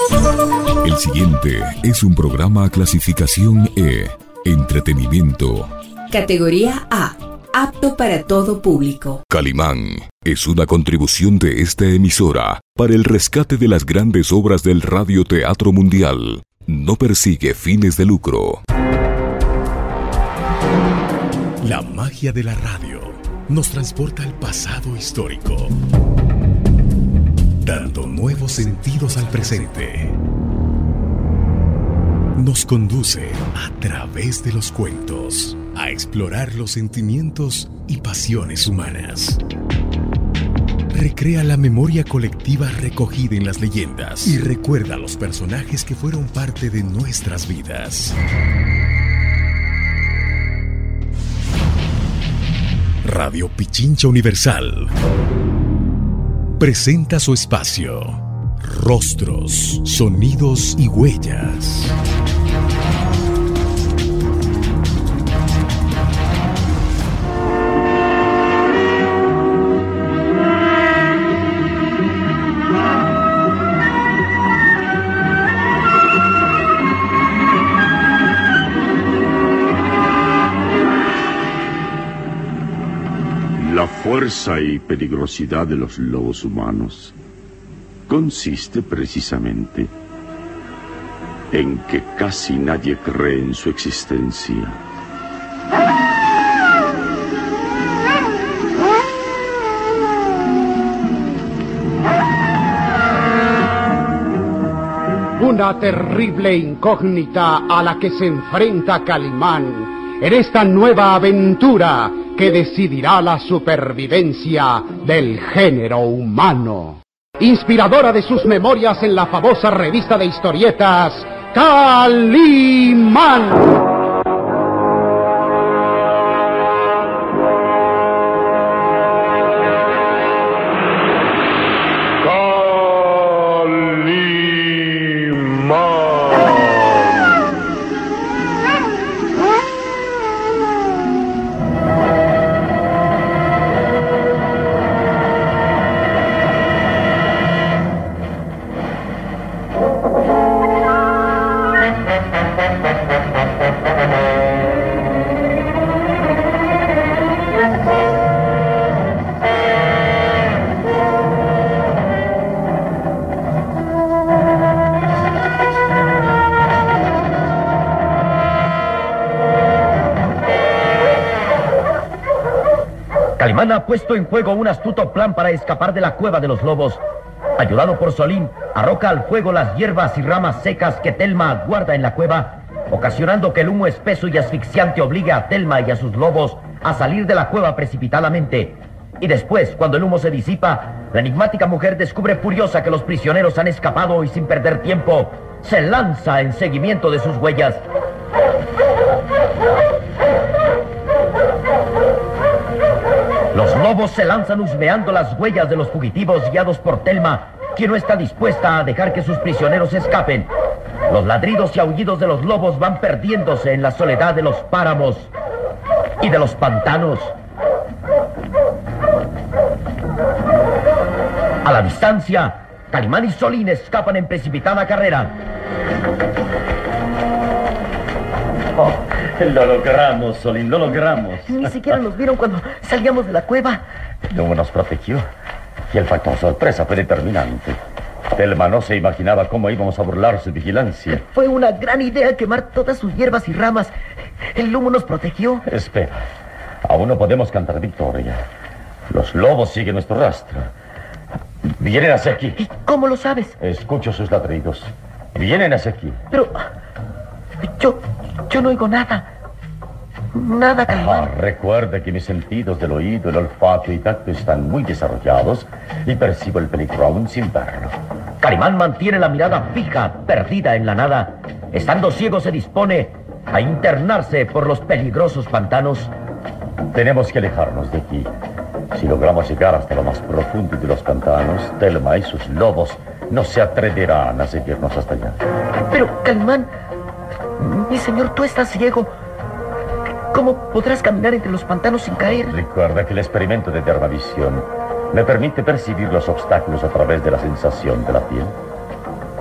El siguiente es un programa clasificación E, entretenimiento. Categoría A, apto para todo público. Calimán es una contribución de esta emisora para el rescate de las grandes obras del radioteatro mundial. No persigue fines de lucro. La magia de la radio nos transporta al pasado histórico, dando nuevos sentidos al presente. Nos conduce a través de los cuentos a explorar los sentimientos y pasiones humanas. Recrea la memoria colectiva recogida en las leyendas y recuerda a los personajes que fueron parte de nuestras vidas. Radio Pichincha Universal presenta su espacio: Rostros, Sonidos y Huellas. La fuerza y peligrosidad de los lobos humanos consiste precisamente en que casi nadie cree en su existencia. Una terrible incógnita a la que se enfrenta Calimán en esta nueva aventura que decidirá la supervivencia del género humano. Inspiradora de sus memorias en la famosa revista de historietas Calimán. Calimán ha puesto en juego un astuto plan para escapar de la cueva de los lobos. Ayudado por Solín, arroja al fuego las hierbas y ramas secas que Telma guarda en la cueva, ocasionando que el humo espeso y asfixiante obligue a Telma y a sus lobos a salir de la cueva precipitadamente. Y después, cuando el humo se disipa, la enigmática mujer descubre furiosa que los prisioneros han escapado y sin perder tiempo, se lanza en seguimiento de sus huellas. Los lobos se lanzan husmeando las huellas de los fugitivos guiados por Telma, quien no está dispuesta a dejar que sus prisioneros escapen. Los ladridos y aullidos de los lobos van perdiéndose en la soledad de los páramos y de los pantanos. A la distancia, Calimán y Solín escapan en precipitada carrera. Oh, lo logramos, Solín, lo logramos. Ni siquiera nos vieron cuando salíamos de la cueva. El humo nos protegió y el factor sorpresa fue determinante. Telma no se imaginaba cómo íbamos a burlar su vigilancia. Fue una gran idea quemar todas sus hierbas y ramas. El humo nos protegió. Espera, aún no podemos cantar victoria. Los lobos siguen nuestro rastro. Vienen hacia aquí. ¿Y cómo lo sabes? Escucho sus ladridos. Vienen hacia aquí. Pero yo no oigo nada. Nada, Calimán. Recuerde que mis sentidos del oído, el olfato y tacto están muy desarrollados y percibo el peligro aún sin verlo. Calimán mantiene la mirada fija, perdida en la nada. Estando ciego se dispone a internarse por los peligrosos pantanos. Tenemos que alejarnos de aquí. Si logramos llegar hasta lo más profundo de los pantanos, Telma y sus lobos no se atreverán a seguirnos hasta allá. Pero, Calimán, mi señor, tú estás ciego. ¿Cómo podrás caminar entre los pantanos sin caer? Recuerda que el experimento de dermavisión me permite percibir los obstáculos a través de la sensación de la piel.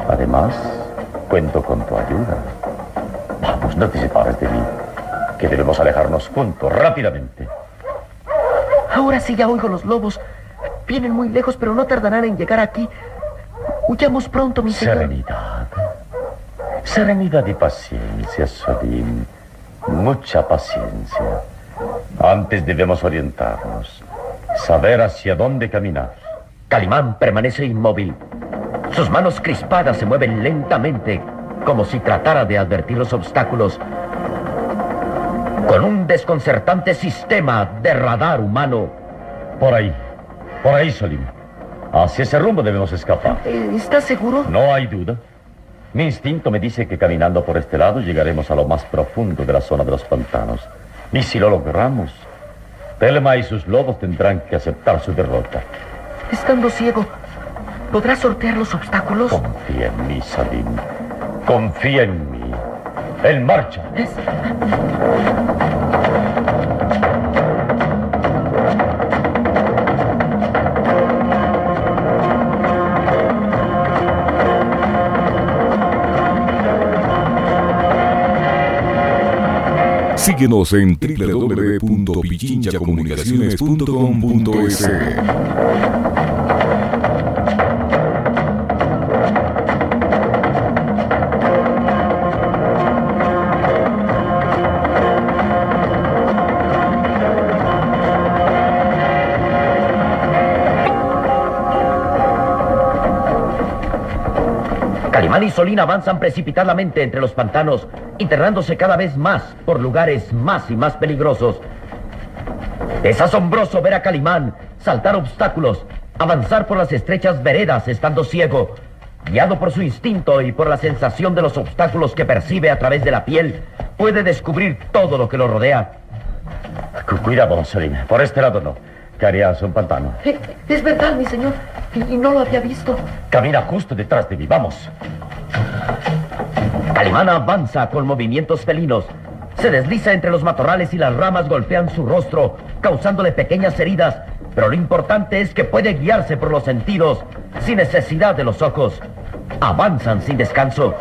Además, cuento con tu ayuda. Vamos, no te separes de mí, que debemos alejarnos juntos, rápidamente. Ahora sí ya oigo los lobos. Vienen muy lejos, pero no tardarán en llegar aquí. Huyamos pronto, mi señor. Serenidad. Serenidad y paciencia, Solim. Mucha paciencia. Antes debemos orientarnos, saber hacia dónde caminar. Calimán permanece inmóvil. Sus manos crispadas se mueven lentamente, como si tratara de advertir los obstáculos. Con un desconcertante sistema de radar humano. Por ahí, Solim. Hacia ese rumbo debemos escapar. ¿Estás seguro? No hay duda. Mi instinto me dice que caminando por este lado llegaremos a lo más profundo de la zona de los pantanos. Y si lo logramos, Telma y sus lobos tendrán que aceptar su derrota. Estando ciego, ¿podrás sortear los obstáculos? Confía en mí, Salim. Confía en mí. ¡En marcha! Síguenos en www.pichinchacomunicaciones.com.es. Calimán y Solín avanzan precipitadamente entre los pantanos, internándose cada vez más por lugares más y más peligrosos. Es asombroso ver a Calimán saltar obstáculos, avanzar por las estrechas veredas estando ciego. Guiado por su instinto y por la sensación de los obstáculos que percibe a través de la piel, puede descubrir todo lo que lo rodea. Cuidado, Solín. Por este lado no. Que harías un pantano. Es verdad, mi señor. Y no lo había visto. Camina justo detrás de mí. Vamos. Calimán avanza con movimientos felinos. Se desliza entre los matorrales y las ramas golpean su rostro, causándole pequeñas heridas. Pero lo importante es que puede guiarse por los sentidos, sin necesidad de los ojos. Avanzan sin descanso.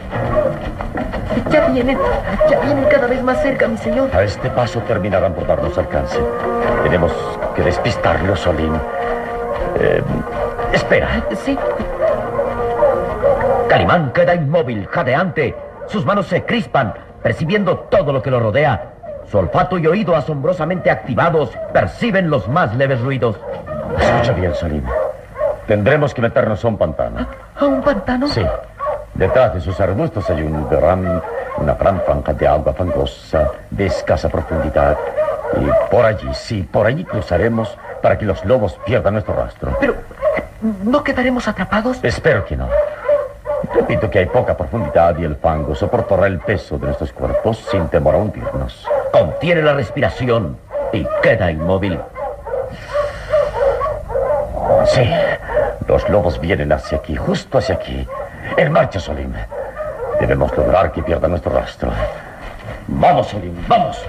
Ya vienen cada vez más cerca, mi señor. A este paso terminarán por darnos alcance. Tenemos que despistarlo, Solín. Espera. Sí. Calimán queda inmóvil, jadeante. Sus manos se crispan, percibiendo todo lo que lo rodea. Su olfato y oído asombrosamente activados perciben los más leves ruidos. Escucha bien, Solín. Tendremos que meternos a un pantano. ¿A un pantano? Sí. Detrás de sus arbustos hay una gran franja de agua fangosa, de escasa profundidad. Y por allí cruzaremos para que los lobos pierdan nuestro rastro. Pero, ¿no quedaremos atrapados? Espero que no. Repito que hay poca profundidad y el fango soportará el peso de nuestros cuerpos sin temor a hundirnos. Contiene la respiración y queda inmóvil. Sí, los lobos vienen hacia aquí, justo hacia aquí. En marcha, Solín. Debemos lograr que pierda nuestro rastro. Vamos, Solín, vamos.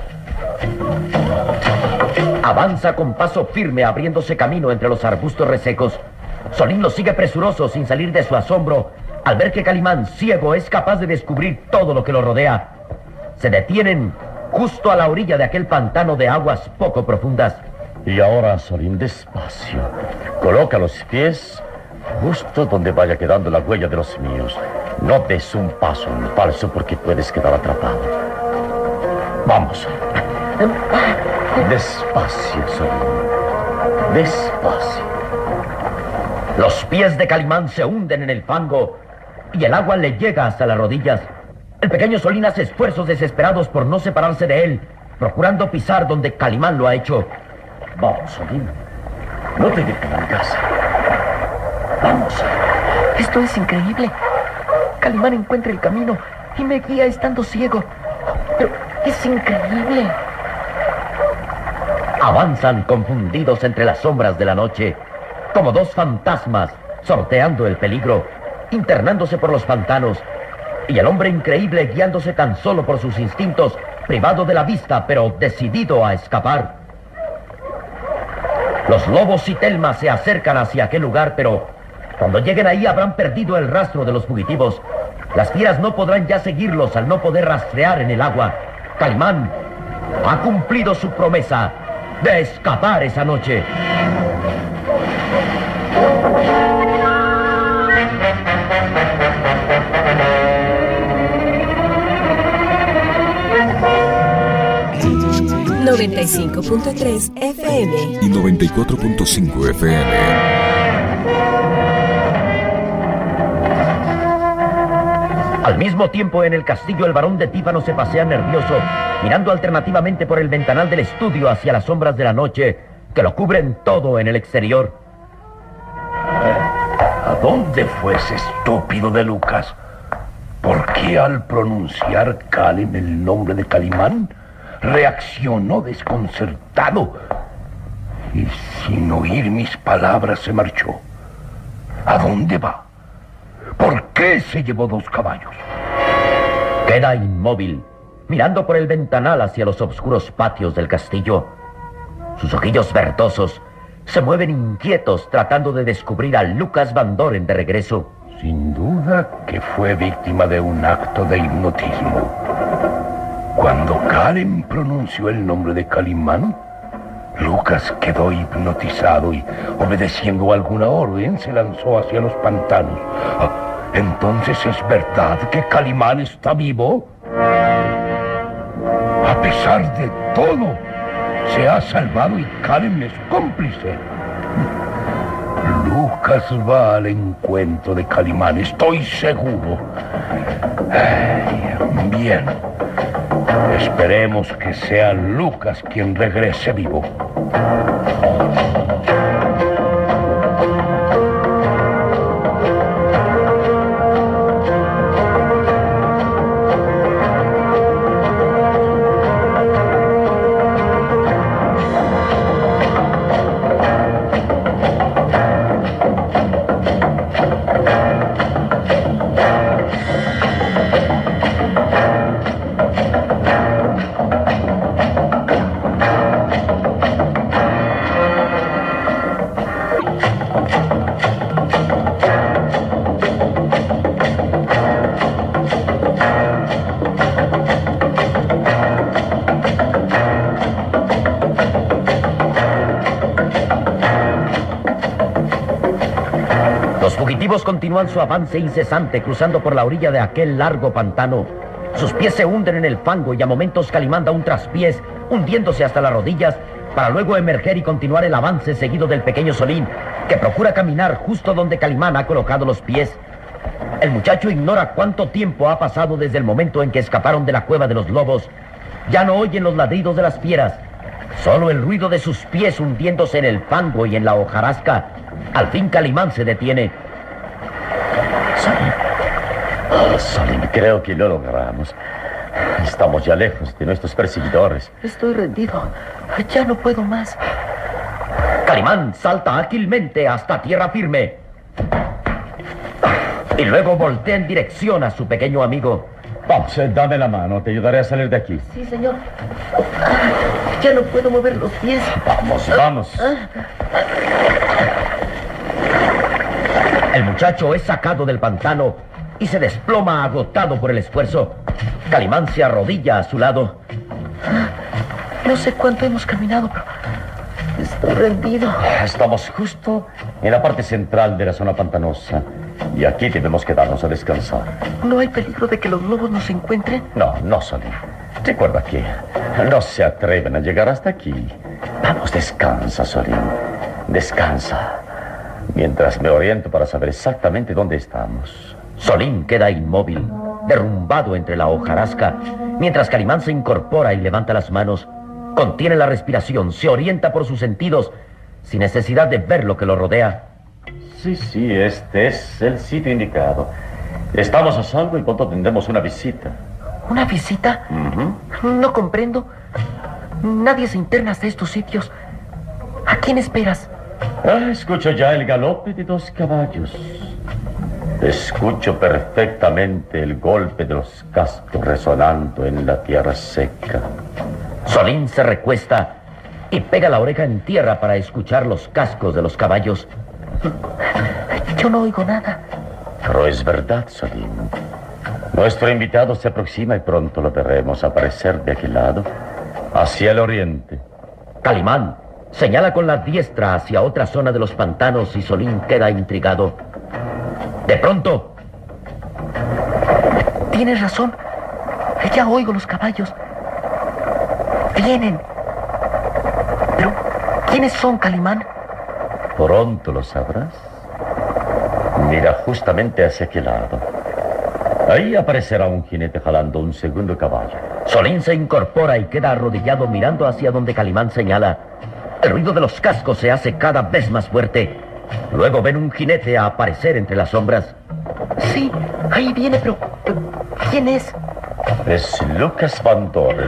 Avanza con paso firme, abriéndose camino entre los arbustos resecos. Solín lo sigue presuroso, sin salir de su asombro, al ver que Calimán, ciego, es capaz de descubrir todo lo que lo rodea. Se detienen justo a la orilla de aquel pantano de aguas poco profundas. Y ahora, Solín, despacio. Coloca los pies justo donde vaya quedando la huella de los míos. No des un paso en falso porque puedes quedar atrapado. Vamos. Despacio, Solín. Despacio. Los pies de Calimán se hunden en el fango y el agua le llega hasta las rodillas. El pequeño Solín hace esfuerzos desesperados por no separarse de él, procurando pisar donde Calimán lo ha hecho. Vamos, Solín. No te detengas. Vamos. Esto es increíble. Calimán encuentra el camino y me guía estando ciego. Pero es increíble. Avanzan confundidos entre las sombras de la noche, como dos fantasmas, sorteando el peligro, internándose por los pantanos, y el hombre increíble guiándose tan solo por sus instintos, privado de la vista, pero decidido a escapar. Los lobos y Telma se acercan hacia aquel lugar, pero Cuando lleguen ahí habrán perdido el rastro de los fugitivos. Las fieras no podrán ya seguirlos al no poder rastrear en el agua. Calimán ha cumplido su promesa de escapar esa noche. ...95.3 FM... y 94.5 FM. Al mismo tiempo, en el castillo, el barón de Tífano se pasea nervioso, mirando alternativamente por el ventanal del estudio hacia las sombras de la noche, que lo cubren todo en el exterior. ¿A dónde fue ese estúpido de Lucas? ¿Por qué al pronunciar Kalem el nombre de Calimán, reaccionó desconcertado y sin oír mis palabras se marchó? ¿A dónde va? ¿Por qué se llevó 2 caballos? Queda inmóvil, mirando por el ventanal hacia los oscuros patios del castillo. Sus ojillos verdosos se mueven inquietos tratando de descubrir a Lucas Van Doren de regreso. Sin duda que fue víctima de un acto de hipnotismo. Cuando Kalem pronunció el nombre de Calimán, Lucas quedó hipnotizado y, obedeciendo alguna orden, se lanzó hacia los pantanos. ¿Entonces es verdad que Calimán está vivo? A pesar de todo, se ha salvado y Kalem es cómplice. Lucas va al encuentro de Calimán, estoy seguro. Bien. Esperemos que sea Lucas quien regrese vivo. Los fugitivos continúan su avance incesante cruzando por la orilla de aquel largo pantano. Sus pies se hunden en el fango y a momentos Calimán da un traspiés, hundiéndose hasta las rodillas, para luego emerger y continuar el avance seguido del pequeño Solín, que procura caminar justo donde Calimán ha colocado los pies. El muchacho ignora cuánto tiempo ha pasado desde el momento en que escaparon de la cueva de los lobos. Ya no oyen los ladridos de las fieras, solo el ruido de sus pies hundiéndose en el fango y en la hojarasca. Al fin Calimán se detiene. Solín, creo que lo logramos. Estamos ya lejos de nuestros perseguidores. Estoy rendido. Ya no puedo más. Calimán salta ágilmente hasta tierra firme y luego voltea en dirección a su pequeño amigo. Vamos, dame la mano, te ayudaré a salir de aquí. Sí, señor. Ya no puedo mover los pies. Vamos, vamos. El muchacho es sacado del pantano y se desploma agotado por el esfuerzo. Calimán se arrodilla a su lado. No sé cuánto hemos caminado, pero estoy rendido. Estamos justo en la parte central de la zona pantanosa y aquí debemos quedarnos a descansar. ¿No hay peligro de que los lobos nos encuentren? No, Solín. Recuerda que no se atreven a llegar hasta aquí. Vamos, descansa, Solín. Descansa. Mientras me oriento para saber exactamente dónde estamos. Solín queda inmóvil, derrumbado entre la hojarasca, mientras Calimán se incorpora y levanta las manos. Contiene la respiración, se orienta por sus sentidos, sin necesidad de ver lo que lo rodea. Sí, este es el sitio indicado. Estamos a salvo y pronto tendremos una visita. ¿Una visita? No comprendo. Nadie se interna hasta estos sitios. ¿A quién esperas? Escucho ya el galope de 2 caballos. Escucho perfectamente el golpe de los cascos resonando en la tierra seca. Solín se recuesta y pega la oreja en tierra para escuchar los cascos de los caballos. Yo no oigo nada. Pero es verdad, Solín. Nuestro invitado se aproxima y pronto lo veremos aparecer de aquel lado, hacia el oriente. Calimán señala con la diestra hacia otra zona de los pantanos y Solín queda intrigado. De pronto... Tienes razón. Ya oigo los caballos. Vienen. Pero, ¿quiénes son, Calimán? Pronto lo sabrás. Mira justamente hacia aquel lado. Ahí aparecerá un jinete jalando un segundo caballo. Solín se incorpora y queda arrodillado mirando hacia donde Calimán señala. El ruido de los cascos se hace cada vez más fuerte. Luego ven un jinete a aparecer entre las sombras. Sí, ahí viene, pero ¿quién es? Es Lucas Van Doren.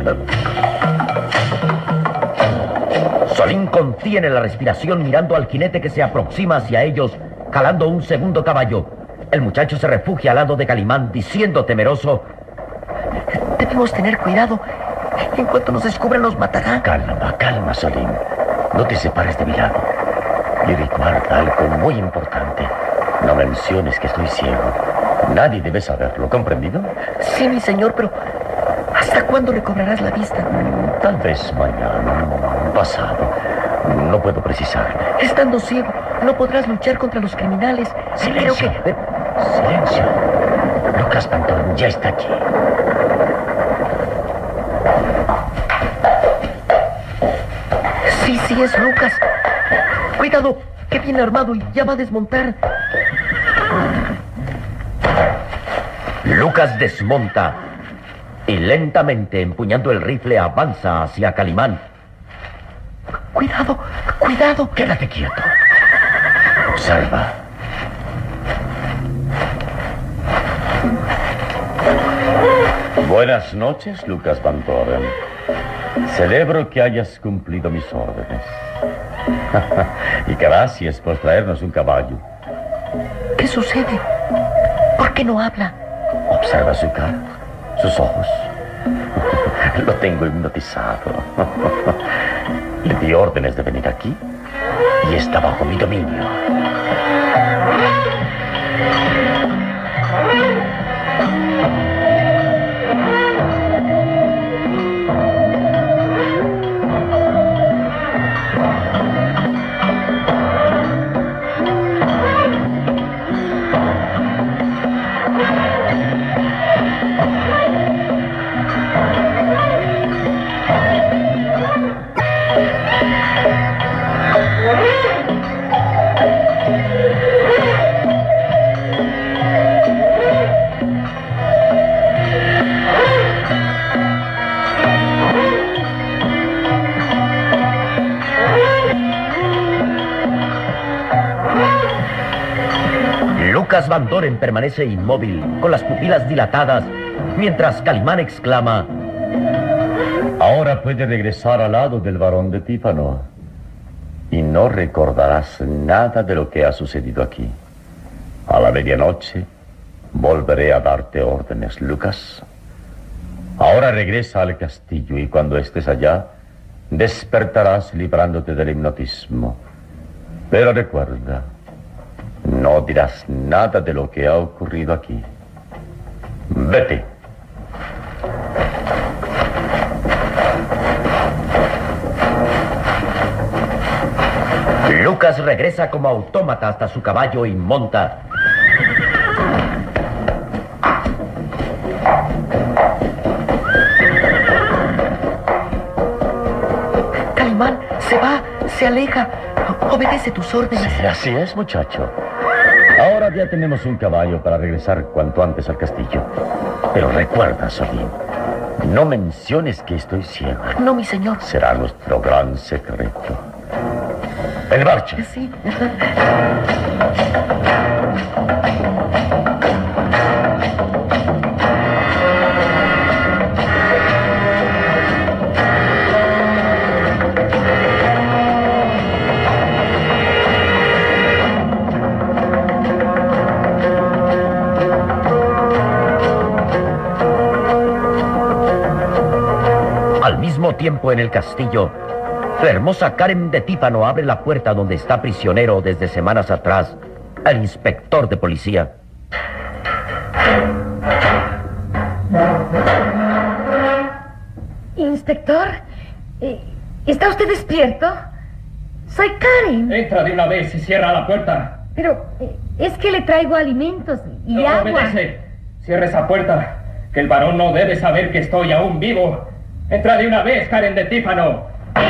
Solín contiene la respiración mirando al jinete que se aproxima hacia ellos, jalando un segundo caballo. El muchacho se refugia al lado de Calimán, diciendo temeroso: Debemos tener cuidado. En cuanto nos descubran, nos matará. Calma, Solín. No te separes de mi lado. Y recuerda algo muy importante. No menciones que estoy ciego. Nadie debe saberlo, ¿comprendido? Sí, mi señor, pero ¿hasta cuándo recobrarás la vista? Tal vez mañana, pasado. No puedo precisarlo. Estando ciego, no podrás luchar contra los criminales. Silencio. Creo que... Silencio. Lucas Van Doren ya está aquí. Sí, es Lucas. Cuidado, que viene armado y ya va a desmontar. Lucas desmonta y lentamente, empuñando el rifle, avanza hacia Calimán. Cuidado. Quédate quieto. Observa. Buenas noches, Lucas Van Doren. Celebro que hayas cumplido mis órdenes. Y gracias por traernos un caballo. ¿Qué sucede? ¿Por qué no habla? Observa su cara, sus ojos. Lo tengo hipnotizado. Le di órdenes de venir aquí y está bajo mi dominio. Lucas Van Doren permanece inmóvil, con las pupilas dilatadas, mientras Calimán exclama: Ahora puede regresar al lado del barón de Tífano y no recordarás nada de lo que ha sucedido aquí. A la medianoche volveré a darte órdenes, Lucas. Ahora regresa al castillo y cuando estés allá despertarás librándote del hipnotismo. Pero recuerda, no dirás nada de lo que ha ocurrido aquí. Vete. Lucas regresa como autómata hasta su caballo y monta. Calimán se va, se aleja. Obedece tus órdenes. Sí, así es, muchacho. Ahora ya tenemos un caballo para regresar cuanto antes al castillo. Pero recuerda, Solín, no menciones que estoy ciego. No, mi señor. Será nuestro gran secreto. ¡En marcha! Sí. Al mismo tiempo en el castillo, la hermosa Karen de Tífano abre la puerta donde está prisionero desde semanas atrás al inspector de policía. Inspector, ¿está usted despierto? Soy Karen. Entra de una vez y cierra la puerta. Pero es que le traigo alimentos y No agua. obedece. Cierra esa puerta, que el varón no debe saber que estoy aún vivo. Entra de una vez, Karen de Tífano.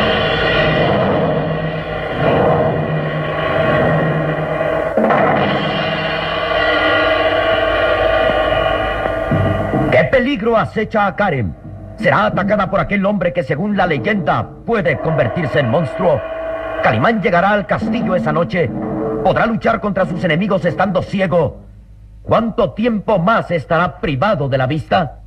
¿Qué peligro acecha a Karen? Será atacada por aquel hombre que, según la leyenda, puede convertirse en monstruo. Calimán llegará al castillo esa noche. ¿Podrá luchar contra sus enemigos estando ciego? ¿Cuánto tiempo más estará privado de la vista?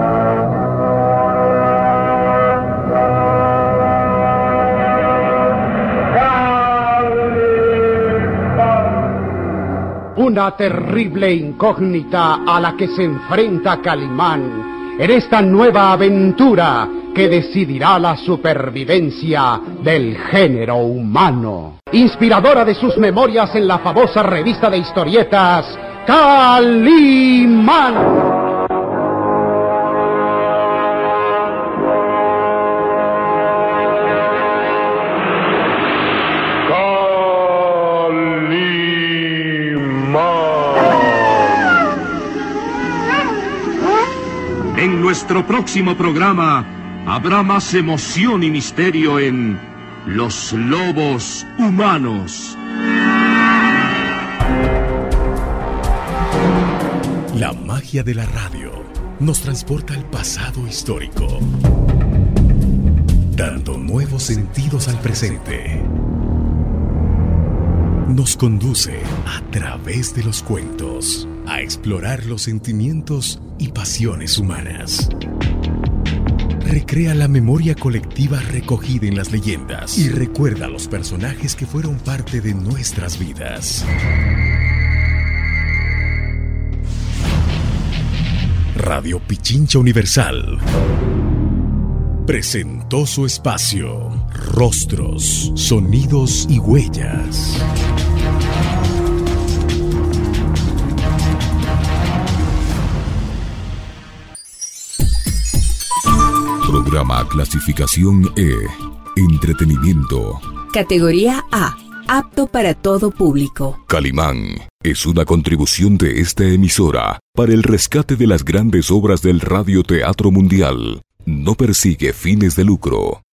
Una terrible incógnita a la que se enfrenta Calimán en esta nueva aventura que decidirá la supervivencia del género humano. Inspiradora de sus memorias en la famosa revista de historietas Calimán. En nuestro próximo programa habrá más emoción y misterio en Los Lobos Humanos. La magia de la radio nos transporta al pasado histórico, dando nuevos sentidos al presente. Nos conduce a través de los cuentos a explorar los sentimientos y pasiones humanas. Recrea la memoria colectiva recogida en las leyendas y recuerda a los personajes que fueron parte de nuestras vidas. Radio Pichincha Universal presentó su espacio Rostros, Sonidos y Huellas. Programa clasificación E. Entretenimiento. Categoría A. Apto para todo público. Calimán es una contribución de esta emisora para el rescate de las grandes obras del radioteatro mundial. No persigue fines de lucro.